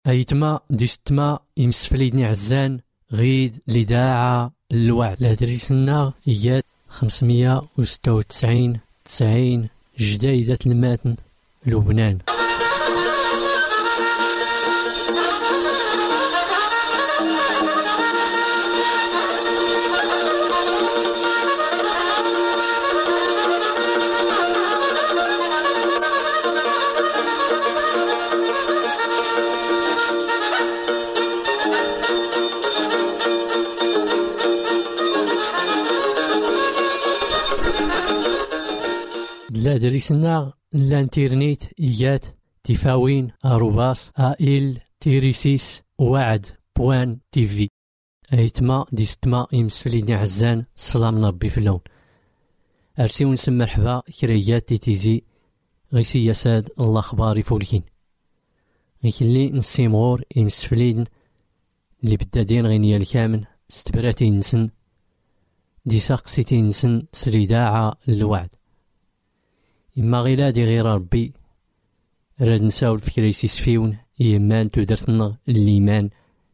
أيتما ديستما يمسفليدني عزان غيد لداعة الوعد لدريسنا إياد 596 90 جديدة الماتن لبنان. لا دريسنا الانترنت إيات تفاوين أروباس آئل تيريسيس وعد بوان تيفي. أيتما ديستما يمسفليدني عزان السلام ربي في اللون أرسي ونسم مرحبا كريات تيتيزي غيسي يساد الله خباري فولكين غيكلي نسيمغور يمسفليدن اللي بدادين غينيا الكامن ستبراتي نسن دي ساقسيتي نسن سريداعة الوعد إما غيلادي غير ربي راد نساو الفكرة يسيسفيون إيمان تودرتنا الإيمان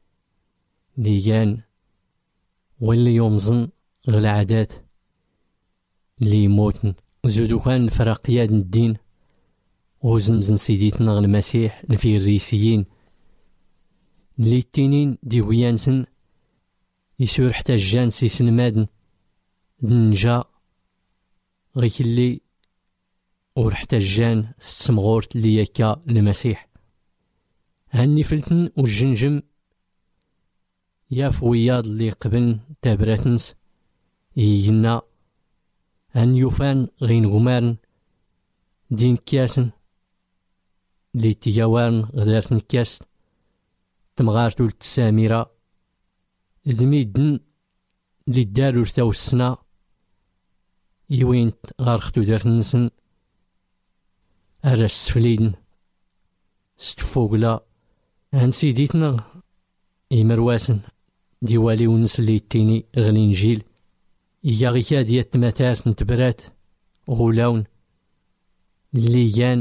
ليان واللي يومزن غير العادات اللي يموتن وزودو كان الفرقيات الدين وزمزن سيديتنا المسيح في الريسيين اللي التنين دي ويانسن يسور حتى الجان سيسن مادن نجا غيك اللي ورحتا الجان ستمغورت اللي يكا المسيح هاني فلتن والجنجم ياف وياض اللي قبل تابراتنس يجينا هان يوفان غين غمارن دين كياسن اللي تياوارن غدارتن كاس تمغارتو التساميرة ذميدن اللي دارو رتاو السنة يوين غارختو دارتنسن أرس فليدن ستفوقلا هان سيديتنا إمرواسن ديوالي ونس اللي التيني غلينجيل إيا غيكا ديال تماتارت نتبرات غولاون اللي يان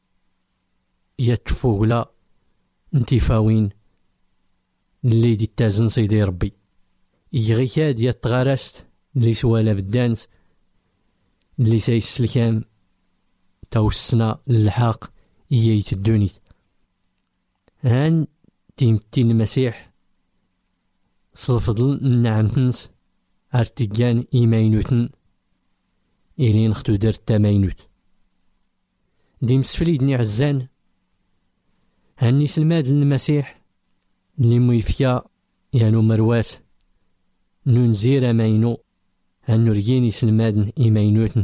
يتفوقلا انتفاوين اللي دي التازن سيدي ربي إيا غيكا ديال تغارست اللي سوالا بالدانس اللي سيسلكام توسنا للحاق إيايت الدونيت هان تيمتين المسيح صلفضل النعمتنس ارتقان إيماينوتن إلي نختو دارت تاماينوت ديم سفليدني عزان هاني سلماد المسيح اللي مويفيا يانو مرواس ننزير ماينو هانو رجيني سلمادن إيماينوتن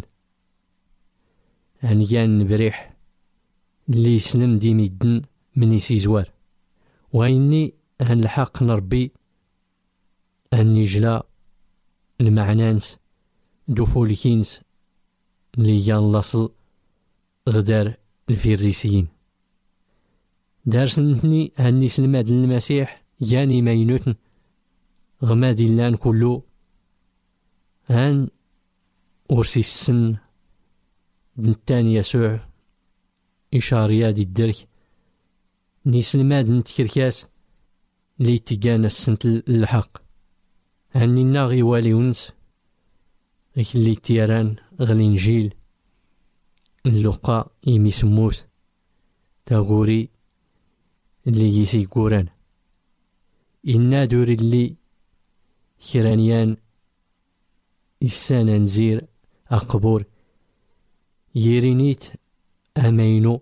هنيان نبريح اللي سلم ديم يدن مني سيزوار وإني هنلحق نربي أني جلا المعنانس دوفولكينس اللي يان لاصل غدار الفيريسيين دارسنتني هني سلماد المسيح ياني ماينوتن غمادي اللان كله هان ورسي السن نتاني يسوع إشاريا دي الدرك نيسلماد نتكركاس لي تيجانا السنت الحق هاني ناغي والي ونس غيك اللي تيران غلينجيل اللقاء يمي سموس تاغوري اللي يسي قوران إنا دوري اللي كرانيان إسانا نزير أقبور يرينيت أمينو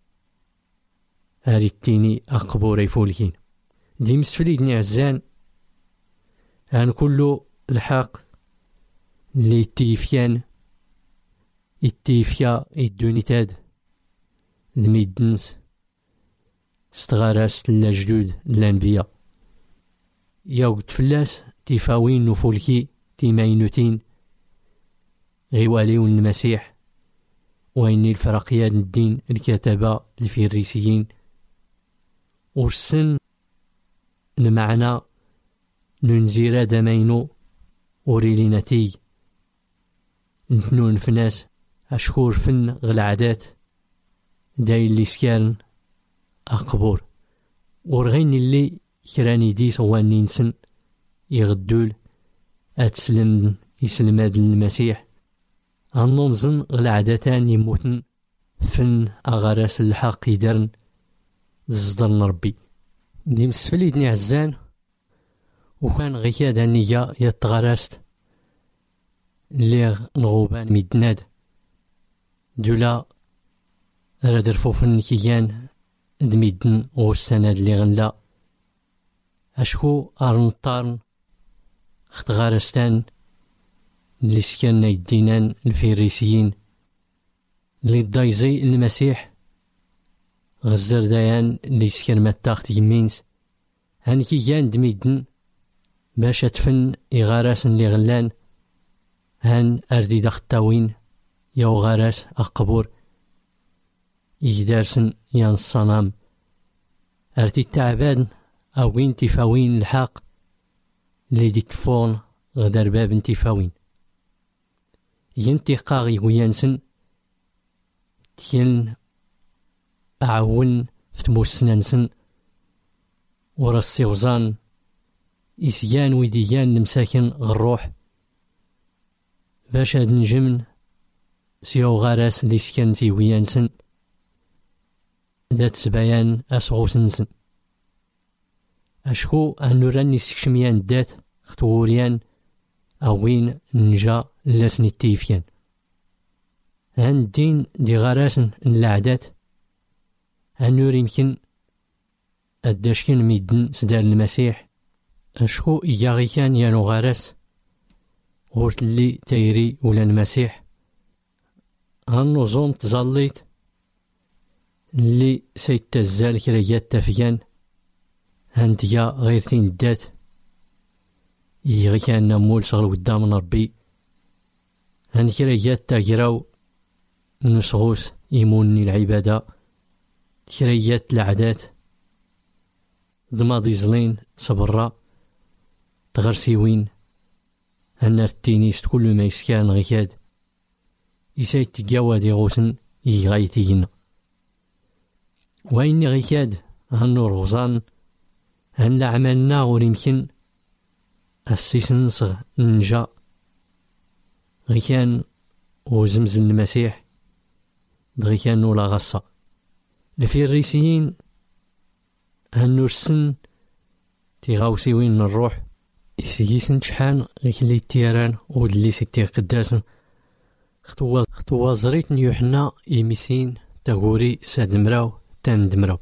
هاريتيني أقبوري فولكين دي مسفليدني عزان هان كله الحق اللي التيفيان التيفيا الدونيتاد دميدنس استغارس لجدود الأنبياء يوقت فلاس تيفاوين نفولكي تيماينوتين غيواليون المسيح وإني الفرقيات الدين الكتبة الفريسيين ورسن المعنى ننزير دمينو وريليناتي نتنون فناس أشكور فن غالعادات داي اللي سكارن أقبور ورغين اللي كراني ديس واني نسن يغدول أتسلم يسلم هاد المسيح النمزن العادتان يموتن فن أغراس الحق يدرن زدرن ربي دي مسفلي دني عزان وكان غيكاد هنيا يتغراست اللي نغوبان ميدناد دولا رادر فوفن كيان دميدن والسند اللي غنلا أشكو أرنطارن اختغارستان اللي سكننا يدينان الفيريسيين اللي دايزي المسيح غزر دايان اللي سكن متاخت يمينس هان كيان دميدن باش تفن إغاراسن اللي غلان هان أردي دختاوين ياو غاراس أقبور يجدارسن يان الصنام أردي التعبان أوين تفاوين الحق اللي دي تفون غدار باب انتفاوين ينتقاغي ويانسن تيلن أعون فتموسنانسن ورسي وزان إسيان ويديان المساكن غروح باش هاد نجمن سيو غاراس اللي سكنتي ويانسن ذات سبايان أسغوسنسن أشكو أنو راني سكشميان دات خطوريان أوين نجا لاسني التيفيان هان الدين دي غاراسن العادات أنو يمكن الداشكين ميدن سدار المسيح أشكو إياغي كان يانو غاراس غورت اللي تايري ولا المسيح هانو زون تزاليت اللي سيتزال كريات تافيان هانتيا غير تين دات يغي كان مول شغل قدام ربي هان كريات تاجراو نسغوس يموني العبادة كريات العادات ضماضي زلين صبرا تغرسيوين هنر التينيست كل ما يسكان غيكاد يسايد تقاوى دي غوسن يغايتينا وإني غيكاد هنور غزان هن لعملنا غور يمكن السيسن صغ نجا غيكان وزمزن المسيح دغيكان ولا غصة الفيريسيين هنور السن تيغاوسيوين الروح يسيسن شحان غيكلي التيران ودلي ستي قداسن خطوة زريت يوحنا يميسين تاغوري ساد مراو تام دمراو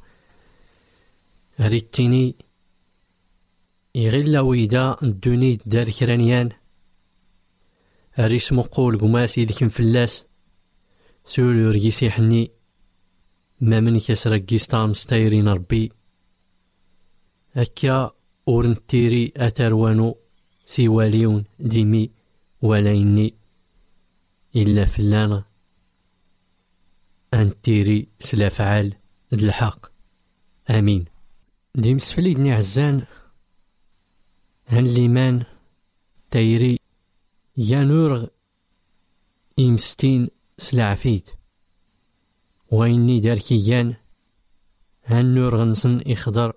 ريتيني يغيلا ويدا الدوني دار كرانيان ريسمو قول قماسي لكن فلاس سولو ريسي حني ما من كسر قيستام ستايرين ربي هكا ورنتيري أتروانو سيواليون ديمي ولا إني إلا فلانا أنتيري سلافعال الحق آمين ديم سفليدني عزان هن ليمان تايري يانورغ إمستين سلعفيت وإني داركيان هن نور غنسن إخضر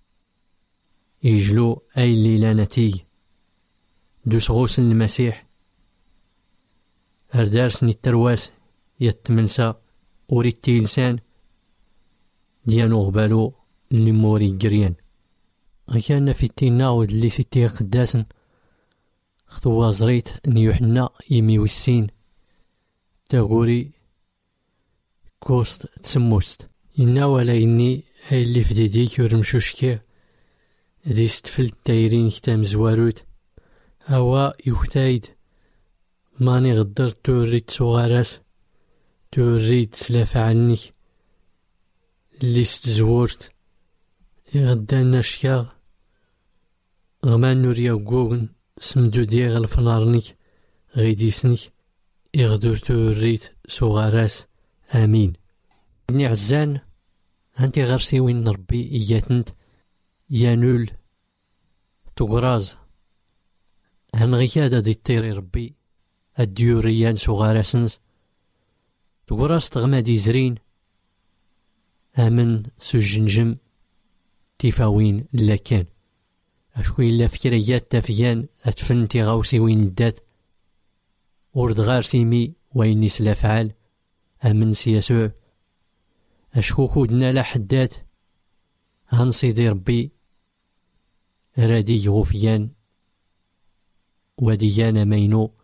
يجلو أي الليلة نتيج دوس غوسن المسيح هردارسني الترواس يتمنسى وريتي لسان ديانو غبالو اللي موري قريان غيكان في التيناود اللي ستي قداسن خطوة زريت نيوحنا يمي والسين تاغوري كوست تسموست إنا ولا إني هاي اللي في ديديك ورمشوشكي ذي ستفل التايرين كتام زواروت هوا يوتايد ماني غدر توريد صغاراس توريد سلاف عنك اللي ستزورت يغدانا شكاغ غمان نوريا وقوغن سمدو ديغ الفنارنك غيديسنك يغدر توريد صغاراس آمين ابني عزان هانتي غرسيوين ربي إياتنت يانول تقراز هن غيكادا دي الطيري ربي الديوريان صغاراسنز تقراز تغمادي زرين آمن سجنجم تيفاوين لكان أشكو إلا فكريات تافيان أتفنتي غاوسي وين الدات ورد غار سيمي وين يسلا فعال أمن سيسوع أشكو كودنا لا حدات هنصيدي ربي رادي غوفيان وديانا مينو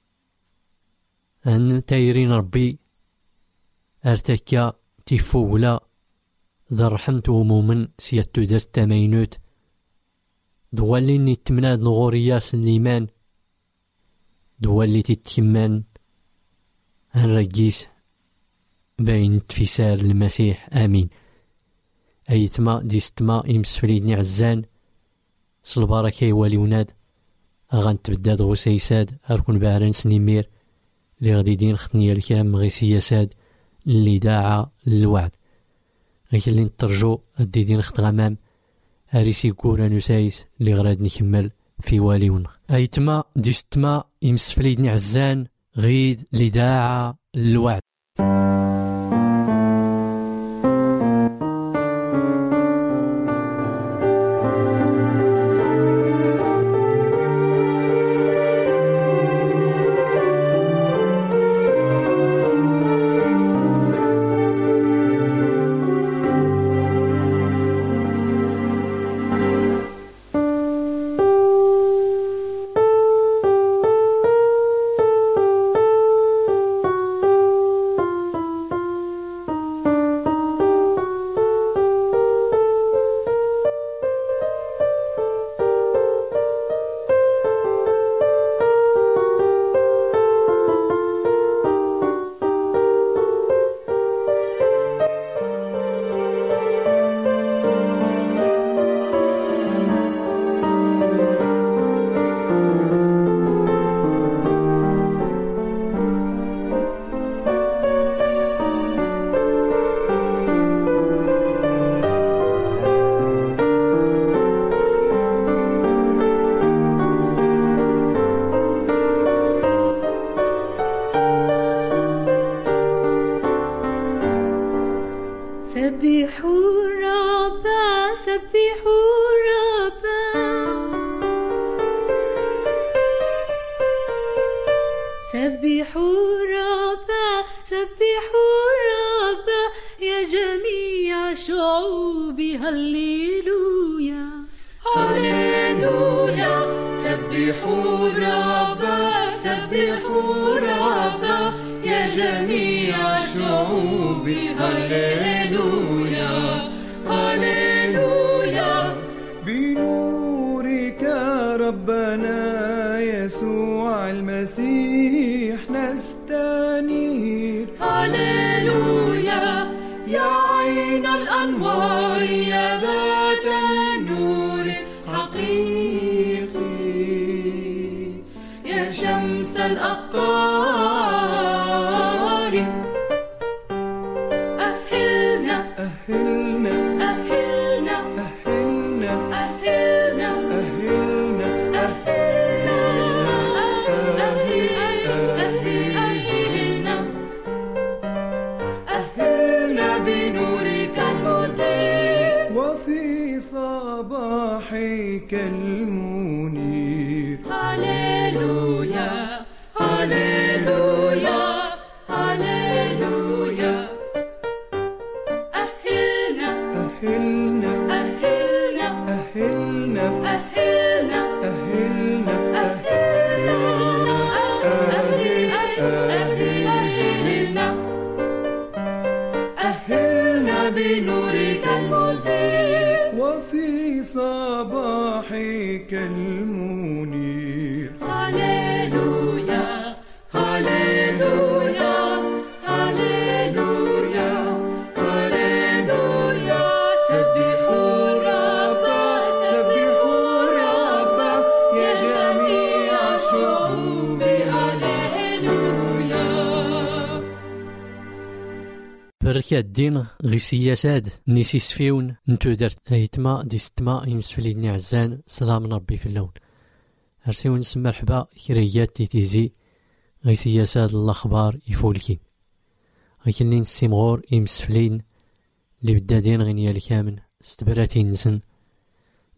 أن تايرين ربي أرتكا تيفولا ذا رحمت ومومن سيادتو درت تمينوت دوالي نتمناد نغورياس الإيمان دوالي تتكمان هنرقيس بين تفسار المسيح آمين. أيتما ديستما يمسفليدني عزان صلباركي يوالي وناد أغان تبداد غسيساد أركن بارن سنيمير اللي غادي دين ختنيا الكام غي سياساد اللي داعا للوعد غير اللي نترجو أدي دين خت غمام أريسي كورا نسايس اللي غراد نكمل في واليون. أيتما ديستما يمسفليدني عزان غيد اللي داعا للوعد. سبحوا ربا سبحوا ربا يا جميع شعوب هللويا هللويا سبحوا ربا سبحوا ربا يا جميع شعوب هللويا هللويا بنورك ربنا يسوع المسيح نستنير هللويا يا عين الأنوار يا ذات النور حقيقي يا شمس الأقطار أهلنا أهلنا أهلنا أهلنا أهلنا أهلنا أهلنا بنورك المضيء وفي صباحك المنير هللويا هللويا هللويا أهلنا أهلنا أهلنا أهلنا أهلنا أهلنا أهلنا بنورك المضيء وفي صباحك المنير هللويا هللويا هللويا هللويا سبحوا الرب سبحوا الرب يا جميع الشعوب هللويا. بركة الدين غي سياساد نيسي سفيون نتو درت ايتما ديستما يمسفليدني عزان سلام ربي في اللون هرسيو نسمى مرحبا كريات تيتيزي غي سياساد الاخبار يفولكين غي كلين السيمغور يمسفلين اللي بدادين غينيا الكامن استبراتي نسن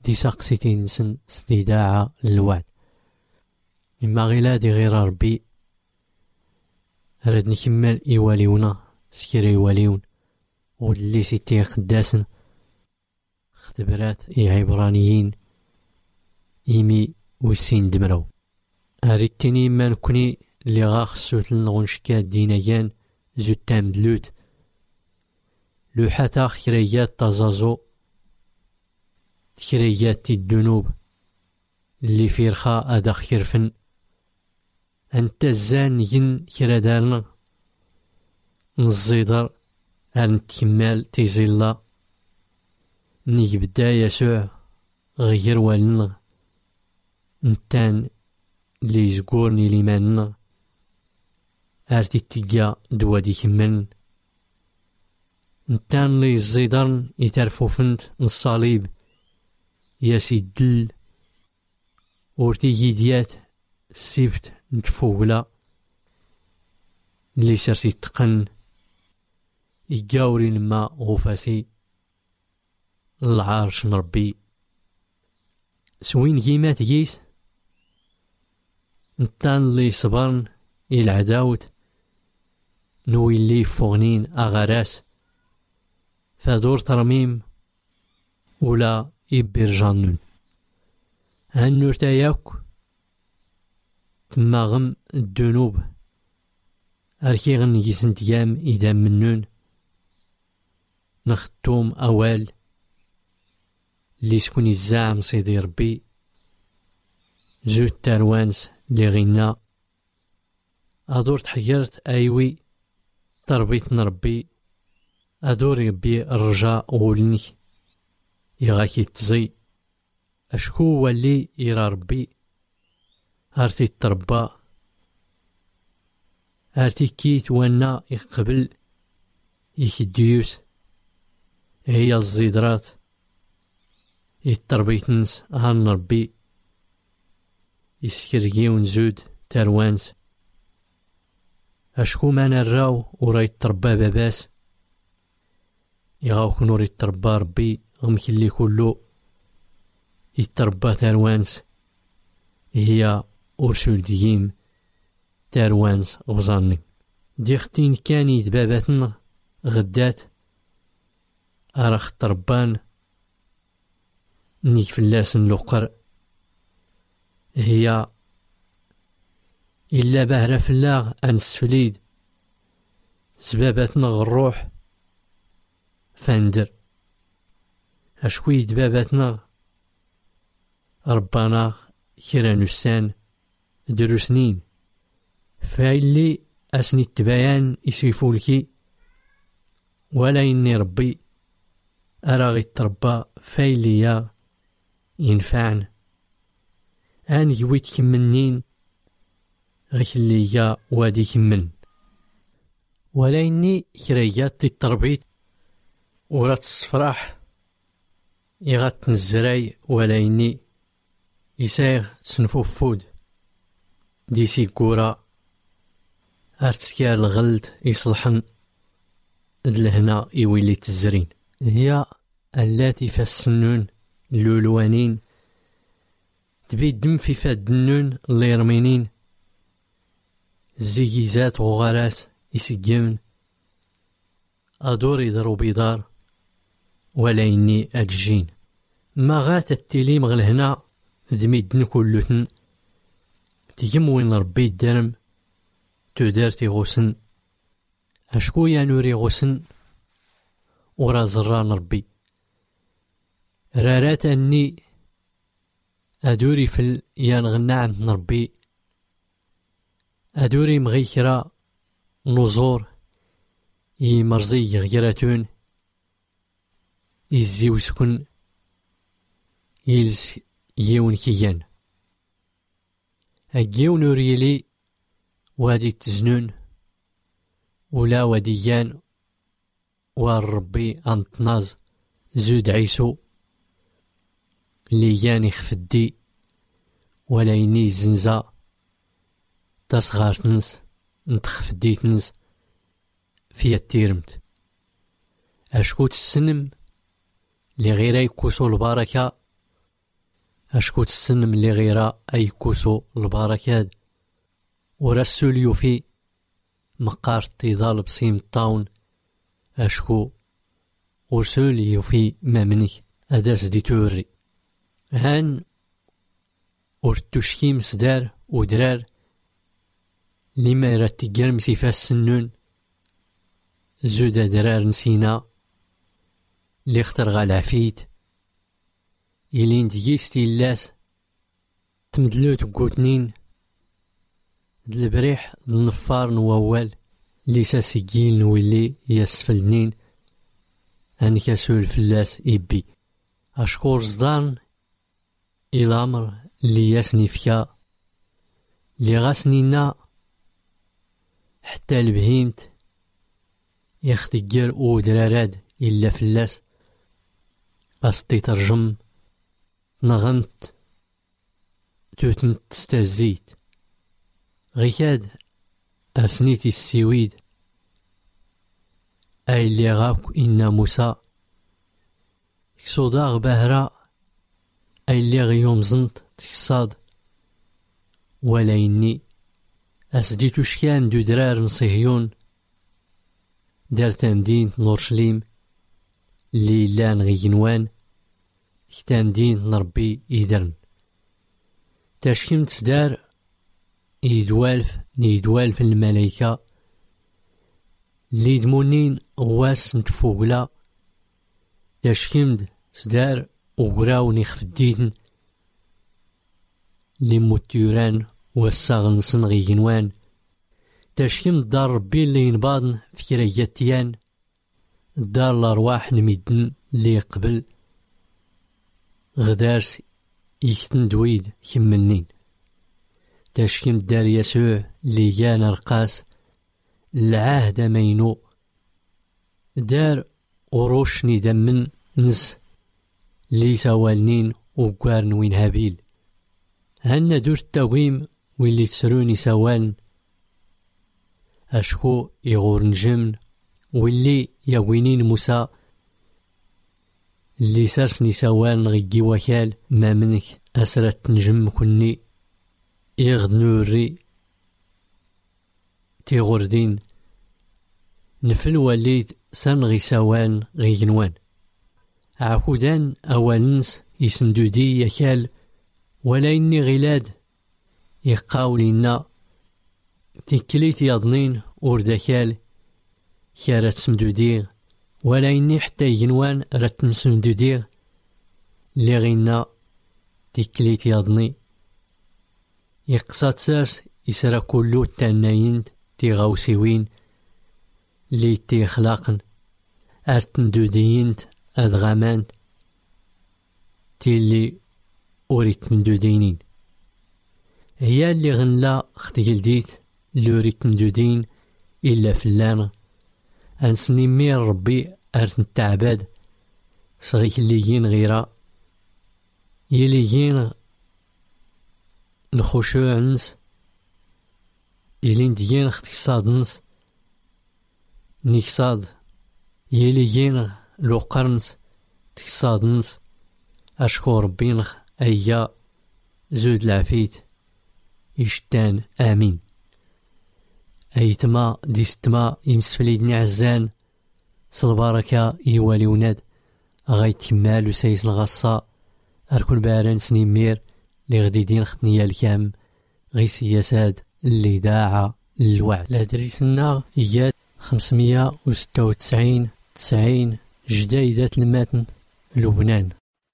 دي ساقسيتي نسن استداعة للوعد. إما غيلادي غير ربي راد نكمل إيواليونا سكير إيواليون واللي سيتي قداسن اختبرات عبرانيين إيمي وسين دمرو. أريتني ما نكوني اللي غاخصوت لنغنشكا دينيان زو تام دلوت لوحاتا خيريات تازازو خيريات الذنوب اللي في رخاء أدا خيرفن أنت الزان ين كرادارنا نزيدر أن تكمل تيزيلا نيك بدا يسوع غير والنا نتان اللي يزقورني لمانا أرتي تيجا دوادي كمن نتان اللي يزيدرن يترفو فنت الصليب ياسي الدل ورتي جيديات سيبت نتفولا اللي سرسي تقن يجاوري الماء غفاسي العرش نربي سوين جيمات جيس نتان اللي صبرن العداوت نوي اللي فوغنين أغراس فدور ترميم ولا إبرجانون هنور تاياك تما غم الذنوب أركي غنجيسن تيام إذا منون نختوم أوال اللي سكون الزعم سيدي ربي زود تاروانس اللي غينا أدور تحيرت أيوي تربيت نربي أدور يبي الرجاء غولني يغاكي تزي أشكو واللي يرى ربي هارتي التربى هارتي كيت وانا يقبل يكديوس هي الزيدرات يتربيتنس هان ربي يسكرجيون زود تروانس أشكو ما نراو ورا يتربى باباس يغاوك نور يتربى ربي غمكن لي كلو يتربى تروانس هي أرسول ديم تروانس غزاني ديختين كان يدباباتنا غدات أرخ تربان نيك فلاس اللقر هي إلا بهرة فلاغ أنسفليد سباباتنا غروح فاندر أشوي دباباتنا ربنا كرا نسان دروسنين فايلي أسني التبايان يسيفولكي ولا إني ربي أراغي التربى فايليا ينفعن أن يويت كمنين غيليا وادي كمن ولا إني كريات التربيت ورات الصفراح يغات نزراي ولا إني يسايغ تسنفوف فود ديسي كورا أرتسكار الغلد يصلحن لهنا يولي تزرين هي التي فالسنون اللولوانين تبي دم في فاد النون اللي يرمينين زيجيزات وغراس يسجمن أدور يضرو بيدار ولا إني أجين ما غات التيلي مغل هنا دميدن كلتن تيجم وين ربي الدرم تودارتي غسن أشكو يا نوري غسن ورا زران ربي رارات أني أدوري في يانغنعم نربي أدوري مغيكرا نزور يمرزي غيراتون يزيو سكن يلس يون كيان أجيو نوريلي وادي تزنون ولا وديان والربي أنطناز زود عيسو لياني خفدي ولا يني زنزا تصغارتنس نتخفديتنس فيا التيرمت أشكوت السنم لغير يكوسو البركة أشكو تسن ملي غيرا أي كوسو البركات ورسول يوفي مقار تيضال بصيم الطاون أشكو ورسول يوفي مامنك أدرس دي توري هان ورتوشكيم سدار ودرار لما رتقرم سيفاس سنون زودا درار نسينا اللي اختر غالعفيت يلين ديستي اللاس تمدلوت بقوتنين دالبريح النفار نووال لي ساسيكيل نولي يسفلنين انك يسول فلاس إبي أشكور زدان الأمر اللي ياسني فيا اللي غاسنينا حتى البهيمت يختقر او دراراد إلا فلاس أسطي ترجم نغمت توتمت تستازيت غيكاد أسنيتي السويد أي اللي غاك إنا موسى كسودا غباهرا أي اللي غيوم زنت تكصاد ولا إني أسديتو شكان دو درار نصيهيون دار تمدين نورشليم اللي لان غينوان تمدين نربي إيدرن تاشكيم تسدار يدوالف الملايكة اللي دمونين غواس نتفوقلا تاشكيمد سدار وقراو نخفديتن اللي موتيوران والساغنسن غينوان تاشكيمد دار ربي اللي ينباضن في كراياتيان دار الأرواح نميدن اللي يقبل غدارس يكتن دويد كملنين تاشكيم دار يسوع اللي جانا رقاس العهد مينو دار وروشني دمن نز لي سوالنين وقارن وين هابيل هنا دور التقويم واللي تسروني سوالن أشكو يغور نجمن واللي يغوينين موسى اللي سارسني سوالن غيجي وكال ما منك أسرت نجم كني يغد نوري تيغوردين نفل وليد سان غي سوان غي جنوان عقودان أولنس يسندودي يكال ولا إني غلاد يقاولينا تكليت يضنين وردكال كارت سمدودي ولا إني حتى يجنوان رتم سمدودي اللي غينا تكليت يضني يقصات سارس يسرى كلو تانايند تيغاوسيوين لي تيخلاقن ارتندودينت ادغامانت تيلي اوريت مندودينين هي اللي غنلا ختيلديت لوريت مندودين الا فلان انسني مير ربي ارتن تعباد صغيك اللي ين غيرا يلي ين الخشوع نس يلين ديان اختصاد نس نيكصاد يلي ين لو قرنس تكصاد نس أشكو ربي نخ أيا زود العفيت يشتان آمين أيتما ديستما يمسفليدني عزان صلباركا يوالي وناد غايت كمال وسايس الغصة أركل باران سنيمير لي غدي دين ختنيا الكام غي سياسات اللي داعة الوعد لادريسنا إياد 596 90 جديدة الماتن لبنان.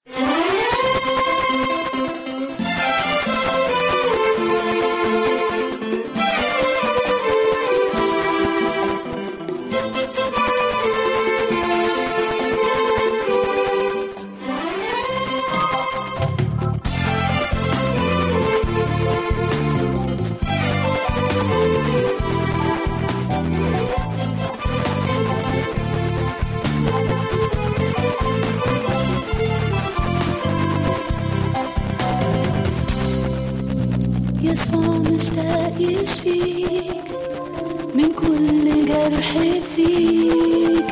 يسوع مشتاق يشفيك من كل جرح فيك،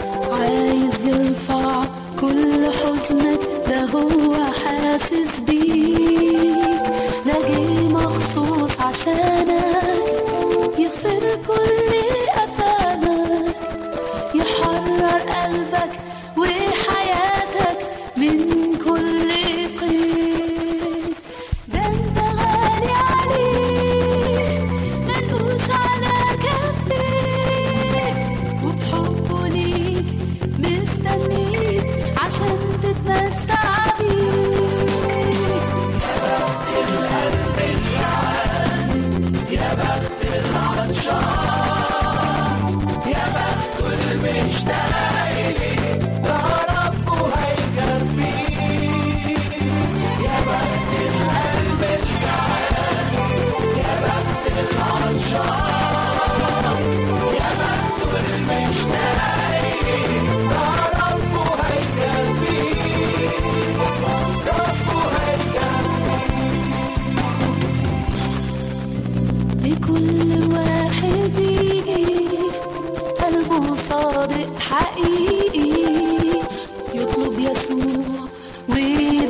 عايز يرفع كل حزنك، ده هو حاسس بيك.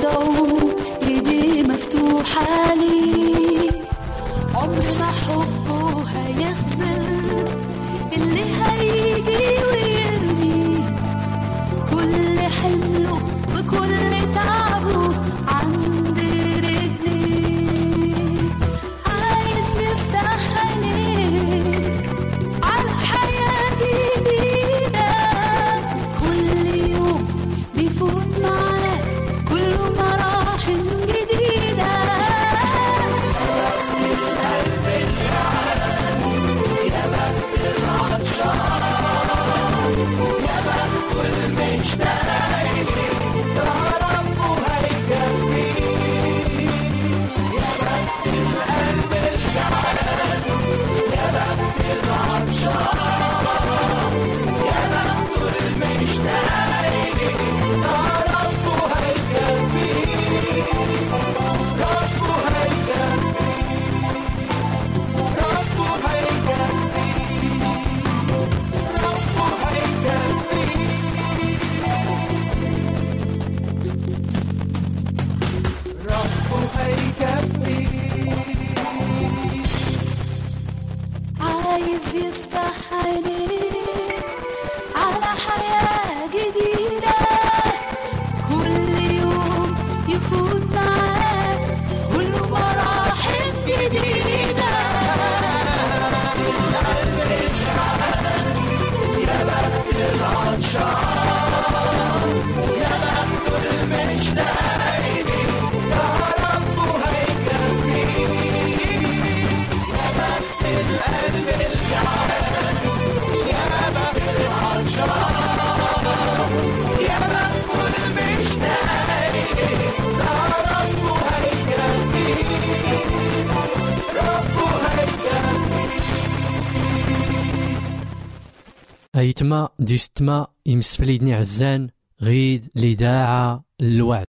يدعو ايديه مفتوحة لي، عمر ما حبه هيخذل اللي هيجي ويرمي كل حمله وكل تعبه عند رجليه. عايز يفتح عينيك على حياة جديدة، كل يوم بيفوت معاك كله مراحل جديدة. عايز يفتح عينيك على حياة جديدة، كل يوم يفوت معاك كله مراحل جديدة. يا بخت العطشان، يا بخت المشتاقين، يا رب هيكفيك. يا بخت القلب الجعان، يا بخت العطشان، يا بخت المشتاقين، يا رب هيكفيك، رب هيكفيك. أيتما ديستما يمسفليدني عزان غيد لداعة الوعد.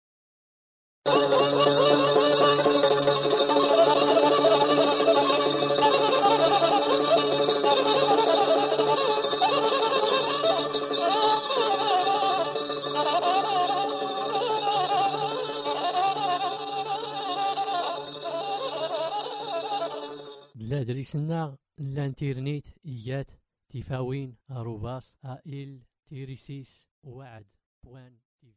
لا دريسنا لانترنيت إيات تفاوين أروباس آئل تيريسيس وعد بوان